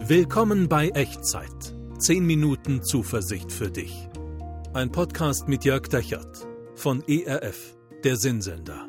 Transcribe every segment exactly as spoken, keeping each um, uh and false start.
Willkommen bei Echtzeit. Zehn Minuten Zuversicht für dich. Ein Podcast mit Jörg Dechert von E R F, der Sinnsender.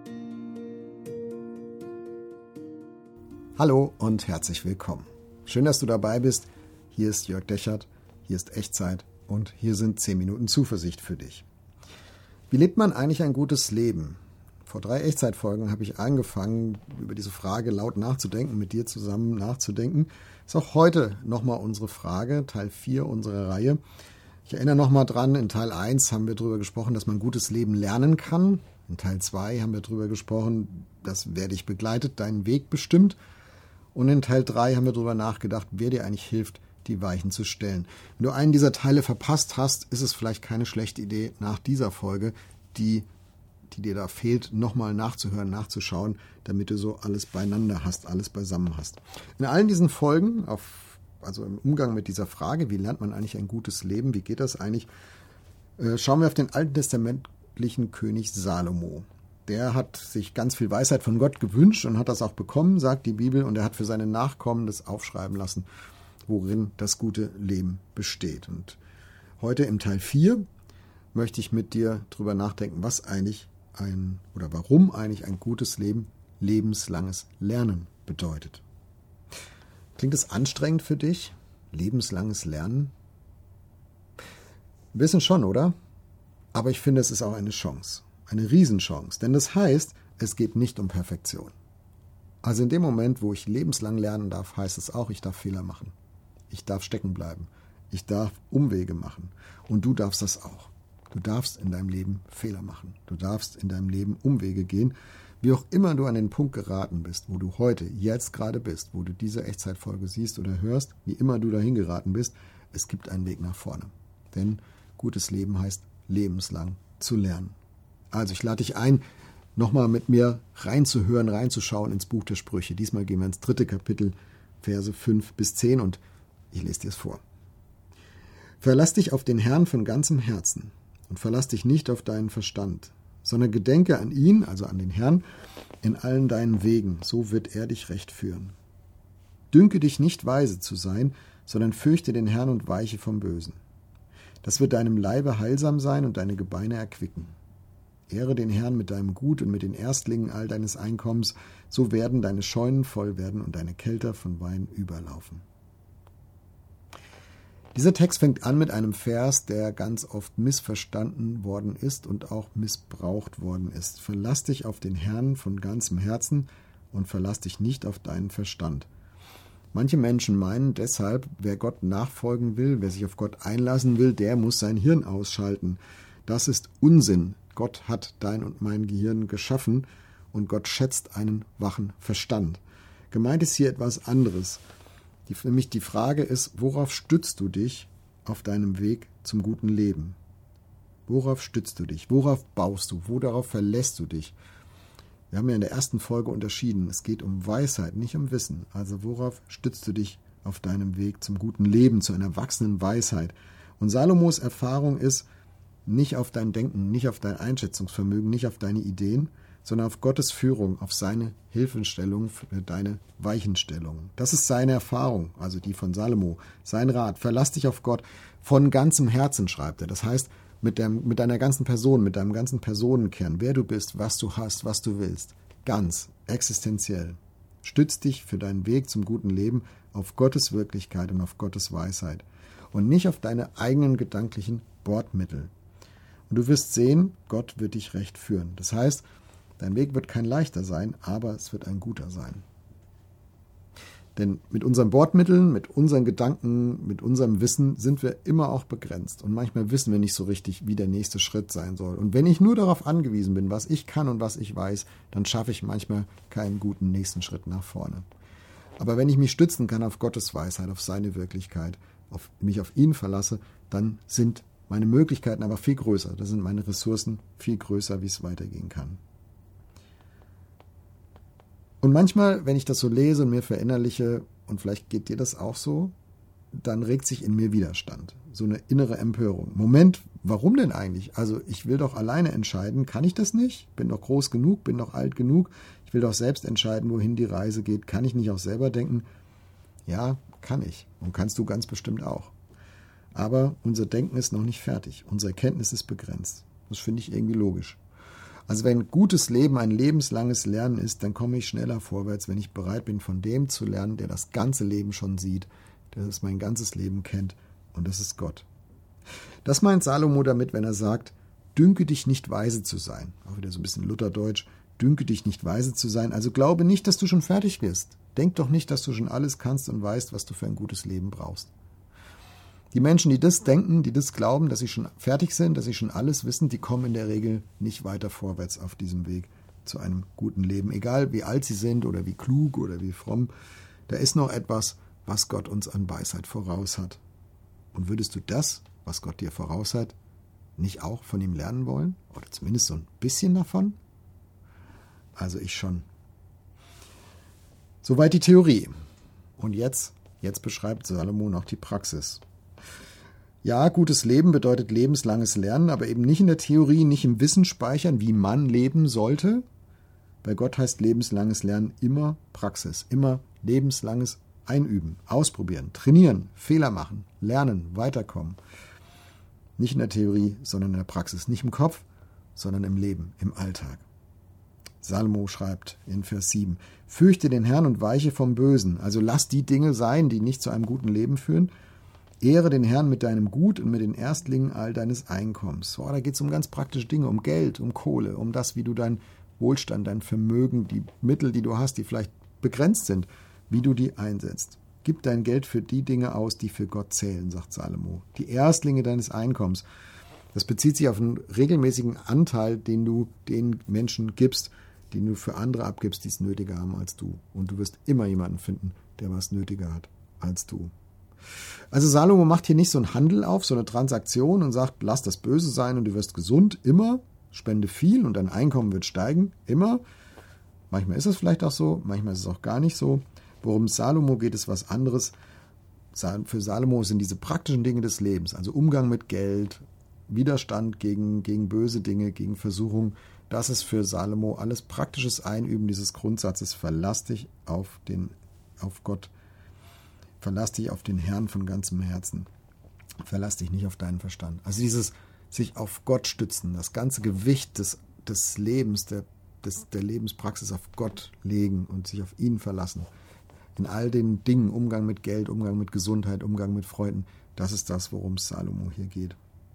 Hallo und herzlich willkommen. Schön, dass du dabei bist. Hier ist Jörg Dechert, hier ist Echtzeit und hier sind zehn Minuten Zuversicht für dich. Wie lebt man eigentlich ein gutes Leben? Vor drei Echtzeitfolgen habe ich angefangen, über diese Frage laut nachzudenken, mit dir zusammen nachzudenken. Ist auch heute nochmal unsere Frage, Teil vier unserer Reihe. Ich erinnere nochmal dran, in Teil eins haben wir darüber gesprochen, dass man gutes Leben lernen kann. In Teil zwei haben wir darüber gesprochen, dass wer dich begleitet, deinen Weg bestimmt. Und in Teil drei haben wir darüber nachgedacht, wer dir eigentlich hilft, die Weichen zu stellen. Wenn du einen dieser Teile verpasst hast, ist es vielleicht keine schlechte Idee, nach dieser Folge, die die dir da fehlt, nochmal nachzuhören, nachzuschauen, damit du so alles beieinander hast, alles beisammen hast. In allen diesen Folgen, auf, also im Umgang mit dieser Frage, wie lernt man eigentlich ein gutes Leben, wie geht das eigentlich, äh, schauen wir auf den alttestamentlichen König Salomo. Der hat sich ganz viel Weisheit von Gott gewünscht und hat das auch bekommen, sagt die Bibel, und er hat für seine Nachkommen das aufschreiben lassen, worin das gute Leben besteht. Und heute im Teil vier möchte ich mit dir drüber nachdenken, was eigentlich ein oder warum eigentlich ein gutes Leben lebenslanges Lernen bedeutet. Klingt es anstrengend für dich? Lebenslanges Lernen? Ein bisschen schon, oder? Aber ich finde, es ist auch eine Chance. Eine Riesenchance. Denn das heißt, es geht nicht um Perfektion. Also in dem Moment, wo ich lebenslang lernen darf, heißt es auch, ich darf Fehler machen. Ich darf stecken bleiben. Ich darf Umwege machen. Und du darfst das auch. Du darfst in deinem Leben Fehler machen. Du darfst in deinem Leben Umwege gehen. Wie auch immer du an den Punkt geraten bist, wo du heute, jetzt gerade bist, wo du diese Echtzeitfolge siehst oder hörst, wie immer du dahin geraten bist, es gibt einen Weg nach vorne. Denn gutes Leben heißt, lebenslang zu lernen. Also ich lade dich ein, nochmal mit mir reinzuhören, reinzuschauen ins Buch der Sprüche. Diesmal gehen wir ins dritte Kapitel, Verse fünf bis zehn und ich lese dir es vor. Verlass dich auf den Herrn von ganzem Herzen. Und verlass dich nicht auf deinen Verstand, sondern gedenke an ihn, also an den Herrn, in allen deinen Wegen, so wird er dich recht führen. Dünke dich nicht weise zu sein, sondern fürchte den Herrn und weiche vom Bösen. Das wird deinem Leibe heilsam sein und deine Gebeine erquicken. Ehre den Herrn mit deinem Gut und mit den Erstlingen all deines Einkommens, so werden deine Scheunen voll werden und deine Kelter von Wein überlaufen. Dieser Text fängt an mit einem Vers, der ganz oft missverstanden worden ist und auch missbraucht worden ist. Verlass dich auf den Herrn von ganzem Herzen und verlass dich nicht auf deinen Verstand. Manche Menschen meinen deshalb, wer Gott nachfolgen will, wer sich auf Gott einlassen will, der muss sein Hirn ausschalten. Das ist Unsinn. Gott hat dein und mein Gehirn geschaffen und Gott schätzt einen wachen Verstand. Gemeint ist hier etwas anderes. Die, nämlich die Frage ist, worauf stützt du dich auf deinem Weg zum guten Leben? Worauf stützt du dich? Worauf baust du? Worauf verlässt du dich? Wir haben ja in der ersten Folge unterschieden, es geht um Weisheit, nicht um Wissen. Also worauf stützt du dich auf deinem Weg zum guten Leben, zu einer wachsenden Weisheit? Und Salomos Erfahrung ist, nicht auf dein Denken, nicht auf dein Einschätzungsvermögen, nicht auf deine Ideen, sondern auf Gottes Führung, auf seine Hilfestellung für deine Weichenstellung. Das ist seine Erfahrung, also die von Salomo, sein Rat. Verlass dich auf Gott von ganzem Herzen, schreibt er. Das heißt, mit, deinem, mit deiner ganzen Person, mit deinem ganzen Personenkern, wer du bist, was du hast, was du willst. Ganz, existenziell. Stütz dich für deinen Weg zum guten Leben auf Gottes Wirklichkeit und auf Gottes Weisheit und nicht auf deine eigenen gedanklichen Bordmittel. Und du wirst sehen, Gott wird dich recht führen. Das heißt, dein Weg wird kein leichter sein, aber es wird ein guter sein. Denn mit unseren Bordmitteln, mit unseren Gedanken, mit unserem Wissen sind wir immer auch begrenzt. Und manchmal wissen wir nicht so richtig, wie der nächste Schritt sein soll. Und wenn ich nur darauf angewiesen bin, was ich kann und was ich weiß, dann schaffe ich manchmal keinen guten nächsten Schritt nach vorne. Aber wenn ich mich stützen kann auf Gottes Weisheit, auf seine Wirklichkeit, auf mich auf ihn verlasse, dann sind meine Möglichkeiten aber viel größer. Da sind meine Ressourcen viel größer, wie es weitergehen kann. Und manchmal, wenn ich das so lese und mir verinnerliche, und vielleicht geht dir das auch so, dann regt sich in mir Widerstand, so eine innere Empörung. Moment, warum denn eigentlich? Also ich will doch alleine entscheiden, kann ich das nicht? Bin doch groß genug, bin doch alt genug, ich will doch selbst entscheiden, wohin die Reise geht, kann ich nicht auch selber denken? Ja, kann ich und kannst du ganz bestimmt auch. Aber unser Denken ist noch nicht fertig. Unsere Erkenntnis ist begrenzt. Das finde ich irgendwie logisch. Also wenn gutes Leben ein lebenslanges Lernen ist, dann komme ich schneller vorwärts, wenn ich bereit bin, von dem zu lernen, der das ganze Leben schon sieht, der das mein ganzes Leben kennt, und das ist Gott. Das meint Salomo damit, wenn er sagt, dünke dich nicht weise zu sein. Auch wieder so ein bisschen Lutherdeutsch, dünke dich nicht weise zu sein. Also glaube nicht, dass du schon fertig wirst. Denk doch nicht, dass du schon alles kannst und weißt, was du für ein gutes Leben brauchst. Die Menschen, die das denken, die das glauben, dass sie schon fertig sind, dass sie schon alles wissen, die kommen in der Regel nicht weiter vorwärts auf diesem Weg zu einem guten Leben. Egal wie alt sie sind oder wie klug oder wie fromm, da ist noch etwas, was Gott uns an Weisheit voraus hat. Und würdest du das, was Gott dir voraus hat, nicht auch von ihm lernen wollen? Oder zumindest so ein bisschen davon? Also ich schon. Soweit die Theorie. Und jetzt, jetzt beschreibt Salomo noch die Praxis. Ja, gutes Leben bedeutet lebenslanges Lernen, aber eben nicht in der Theorie, nicht im Wissen speichern, wie man leben sollte. Bei Gott heißt lebenslanges Lernen immer Praxis, immer lebenslanges Einüben, ausprobieren, trainieren, Fehler machen, lernen, weiterkommen. Nicht in der Theorie, sondern in der Praxis. Nicht im Kopf, sondern im Leben, im Alltag. Salomo schreibt in Vers sieben, fürchte den Herrn und weiche vom Bösen. Also lass die Dinge sein, die nicht zu einem guten Leben führen. Ehre den Herrn mit deinem Gut und mit den Erstlingen all deines Einkommens. So, da geht es um ganz praktische Dinge, um Geld, um Kohle, um das, wie du deinen Wohlstand, dein Vermögen, die Mittel, die du hast, die vielleicht begrenzt sind, wie du die einsetzt. Gib dein Geld für die Dinge aus, die für Gott zählen, sagt Salomo. Die Erstlinge deines Einkommens. Das bezieht sich auf einen regelmäßigen Anteil, den du den Menschen gibst, den du für andere abgibst, die es nötiger haben als du. Und du wirst immer jemanden finden, der was nötiger hat als du. Also Salomo macht hier nicht so einen Handel auf, so eine Transaktion und sagt, lass das Böse sein und du wirst gesund, immer, spende viel und dein Einkommen wird steigen, immer. Manchmal ist es vielleicht auch so, manchmal ist es auch gar nicht so. Worum Salomo geht, ist was anderes. Für Salomo sind diese praktischen Dinge des Lebens, also Umgang mit Geld, Widerstand gegen, gegen böse Dinge, gegen Versuchung, das ist für Salomo alles praktisches Einüben dieses Grundsatzes, verlass dich auf, den, auf Gott, verlass dich auf den Herrn von ganzem Herzen. Verlass dich nicht auf deinen Verstand. Also dieses sich auf Gott stützen, das ganze Gewicht des, des Lebens, der, des, der Lebenspraxis auf Gott legen und sich auf ihn verlassen. In all den Dingen, Umgang mit Geld, Umgang mit Gesundheit, Umgang mit Freunden, das ist das, worum es Salomo hier geht.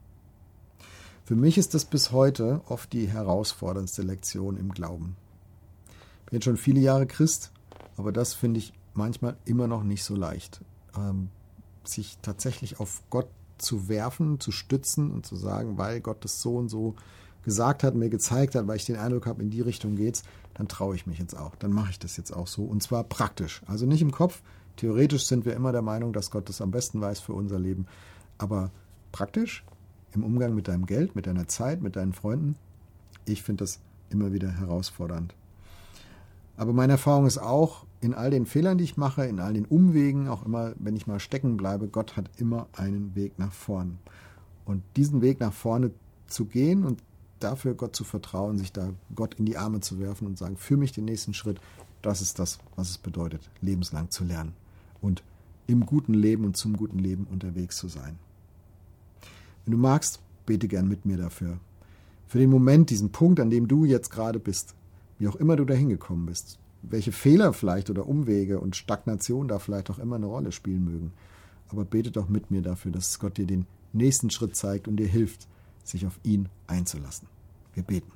Für mich ist das bis heute oft die herausforderndste Lektion im Glauben. Ich bin jetzt schon viele Jahre Christ, aber das finde ich manchmal immer noch nicht so leicht, ähm, sich tatsächlich auf Gott zu werfen, zu stützen und zu sagen, weil Gott das so und so gesagt hat, mir gezeigt hat, weil ich den Eindruck habe, in die Richtung geht's, dann traue ich mich jetzt auch, dann mache ich das jetzt auch so und zwar praktisch, also nicht im Kopf. Theoretisch sind wir immer der Meinung, dass Gott das am besten weiß für unser Leben, aber praktisch im Umgang mit deinem Geld, mit deiner Zeit, mit deinen Freunden, ich finde das immer wieder herausfordernd. Aber meine Erfahrung ist auch, in all den Fehlern, die ich mache, in all den Umwegen, auch immer, wenn ich mal stecken bleibe, Gott hat immer einen Weg nach vorn. Und diesen Weg nach vorne zu gehen und dafür Gott zu vertrauen, sich da Gott in die Arme zu werfen und sagen, für mich den nächsten Schritt, das ist das, was es bedeutet, lebenslang zu lernen und im guten Leben und zum guten Leben unterwegs zu sein. Wenn du magst, bete gern mit mir dafür. Für den Moment, diesen Punkt, an dem du jetzt gerade bist, wie auch immer du da hingekommen bist, welche Fehler vielleicht oder Umwege und Stagnation da vielleicht auch immer eine Rolle spielen mögen. Aber bete doch mit mir dafür, dass Gott dir den nächsten Schritt zeigt und dir hilft, sich auf ihn einzulassen. Wir beten.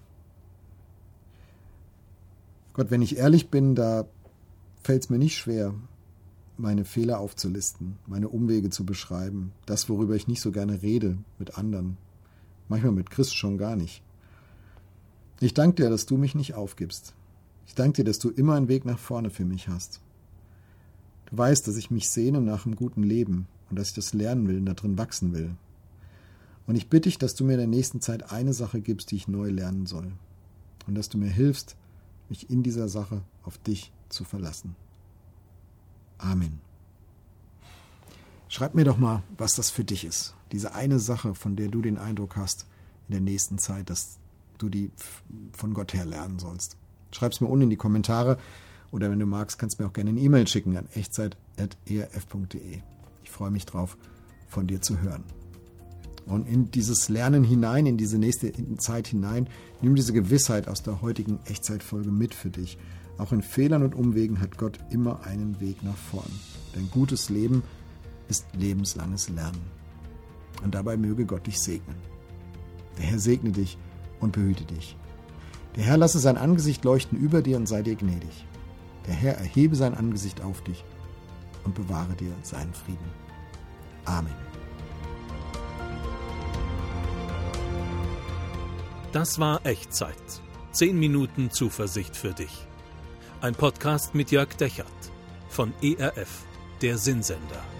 Gott, wenn ich ehrlich bin, da fällt es mir nicht schwer, meine Fehler aufzulisten, meine Umwege zu beschreiben, das, worüber ich nicht so gerne rede mit anderen, manchmal mit Christ schon gar nicht. Ich danke dir, dass du mich nicht aufgibst. Ich danke dir, dass du immer einen Weg nach vorne für mich hast. Du weißt, dass ich mich sehne nach einem guten Leben und dass ich das lernen will und darin wachsen will. Und ich bitte dich, dass du mir in der nächsten Zeit eine Sache gibst, die ich neu lernen soll. Und dass du mir hilfst, mich in dieser Sache auf dich zu verlassen. Amen. Schreib mir doch mal, was das für dich ist. Diese eine Sache, von der du den Eindruck hast, in der nächsten Zeit, dass du die von Gott her lernen sollst. Schreib es mir unten in die Kommentare oder wenn du magst, kannst du mir auch gerne eine E-Mail schicken an echtzeit at e r f punkt d e. Ich freue mich drauf, von dir zu hören. Und in dieses Lernen hinein, in diese nächste Zeit hinein, nimm diese Gewissheit aus der heutigen Echtzeitfolge mit für dich. Auch in Fehlern und Umwegen hat Gott immer einen Weg nach vorn. Denn gutes Leben ist lebenslanges Lernen. Und dabei möge Gott dich segnen. Der Herr segne dich und behüte dich. Der Herr lasse sein Angesicht leuchten über dir und sei dir gnädig. Der Herr erhebe sein Angesicht auf dich und bewahre dir seinen Frieden. Amen. Das war Echtzeit. Zehn Minuten Zuversicht für dich. Ein Podcast mit Jörg Dechert von E R F, der Sinnsender.